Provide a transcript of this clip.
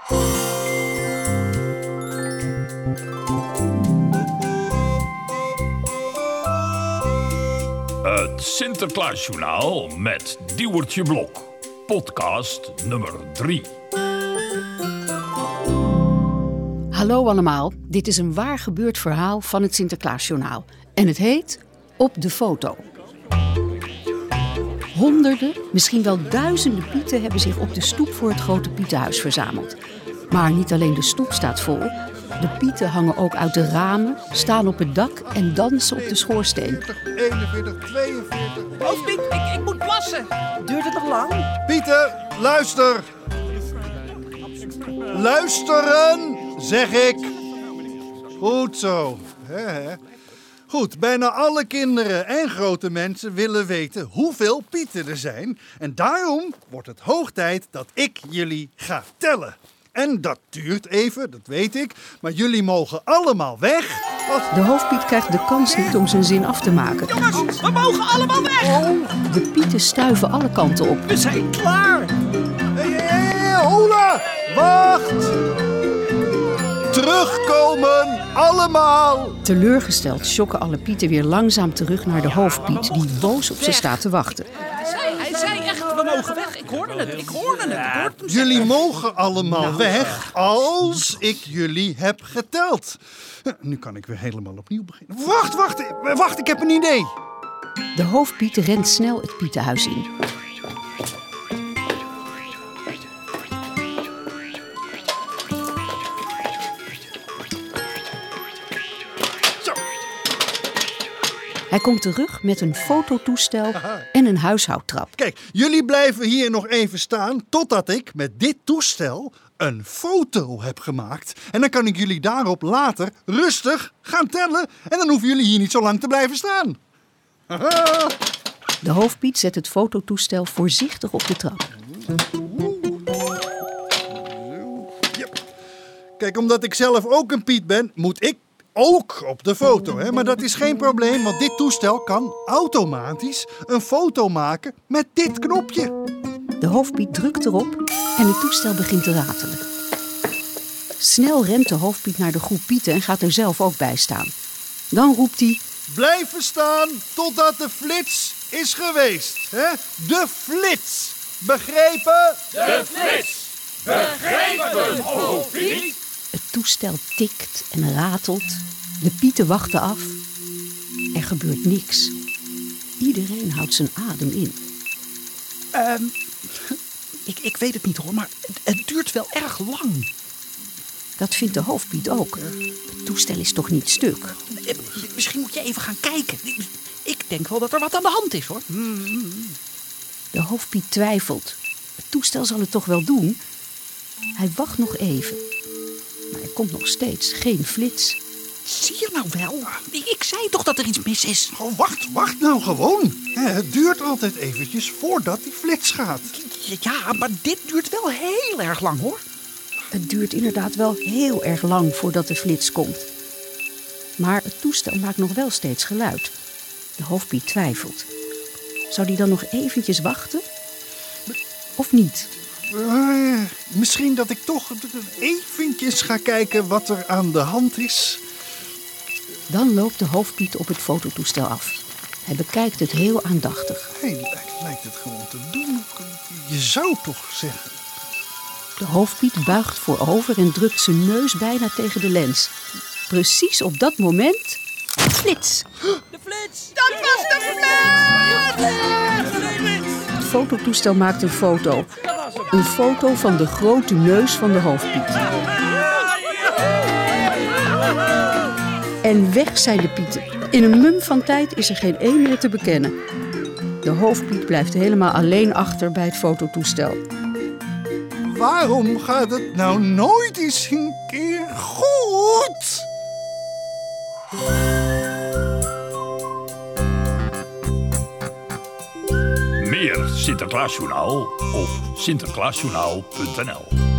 Het Sinterklaasjournaal met Diewertje Blok. Podcast nummer 3. Hallo allemaal, dit is een waar gebeurd verhaal van het Sinterklaasjournaal. En het heet Op de foto. Honderden, misschien wel duizenden pieten hebben zich op de stoep voor het Grote Pietenhuis verzameld. Maar niet alleen de stoep staat vol. De pieten hangen ook uit de ramen, staan op het dak en dansen op de schoorsteen. 41, 42... Hoofdpiet, ik moet plassen. Duurt het nog lang? Pieten, luister! Luisteren, zeg ik. Goed zo. Goed, bijna alle kinderen en grote mensen willen weten hoeveel pieten er zijn. En daarom wordt het hoog tijd dat ik jullie ga tellen. En dat duurt even, dat weet ik. Maar jullie mogen allemaal weg. De hoofdpiet krijgt de kans niet om zijn zin af te maken. Jongens, we mogen allemaal weg. De pieten stuiven alle kanten op. We zijn klaar. Hola, wacht! Terugkomen, allemaal! Teleurgesteld sjokken alle pieten weer langzaam terug naar de hoofdpiet, die boos op ze staat te wachten. Hij zei echt, we mogen weg. Ik hoorde het. Jullie mogen allemaal weg als ik jullie heb geteld. Nu kan ik weer helemaal opnieuw beginnen. Wacht, ik heb een idee. De hoofdpiet rent snel het pietenhuis in. Hij komt terug met een fototoestel en een huishoudtrap. Kijk, jullie blijven hier nog even staan totdat ik met dit toestel een foto heb gemaakt. En dan kan ik jullie daarop later rustig gaan tellen. En dan hoeven jullie hier niet zo lang te blijven staan. De hoofdpiet zet het fototoestel voorzichtig op de trap. Kijk, omdat ik zelf ook een Piet ben, moet ik ook op de foto. Hè? Maar dat is geen probleem, want dit toestel kan automatisch een foto maken met dit knopje. De hoofdpiet drukt erop en het toestel begint te ratelen. Snel rent de hoofdpiet naar de groep pieten en gaat er zelf ook bij staan. Dan roept hij: blijven staan totdat de flits is geweest. Hè? De flits. Begrepen? De flits! Begrepen, hoofdpiet! Het toestel tikt en ratelt. De pieten wachten af. Er gebeurt niks. Iedereen houdt zijn adem in. Ik weet het niet hoor, maar het duurt wel erg lang. Dat vindt de hoofdpiet ook. Het toestel is toch niet stuk? Misschien moet je even gaan kijken. Ik denk wel dat er wat aan de hand is hoor. De hoofdpiet twijfelt. Het toestel zal het toch wel doen? Hij wacht nog even. Maar er komt nog steeds geen flits. Zie je nou wel? Ik zei toch dat er iets mis is. Oh, wacht nou gewoon. Het duurt altijd eventjes voordat die flits gaat. Ja, maar dit duurt wel heel erg lang hoor. Het duurt inderdaad wel heel erg lang voordat de flits komt. Maar het toestel maakt nog wel steeds geluid. De hoofdpiet twijfelt. Zou die dan nog eventjes wachten? Of niet? Misschien dat ik toch eventjes ga kijken wat er aan de hand is. Dan loopt de hoofdpiet op het fototoestel af. Hij bekijkt het heel aandachtig. Lijkt het gewoon te doen. Je zou toch zeggen. De hoofdpiet buigt voorover en drukt zijn neus bijna tegen de lens. Precies op dat moment... flits! De flits! Dat was de flits! Het fototoestel maakt een foto. Een foto van de grote neus van de hoofdpiet. En weg zijn de pieten. In een mum van tijd is er geen één meer te bekennen. De hoofdpiet blijft helemaal alleen achter bij het fototoestel. Waarom gaat het nou nooit eens een keer goed? Meer Sinterklaasjournaal op sinterklaasjournaal.nl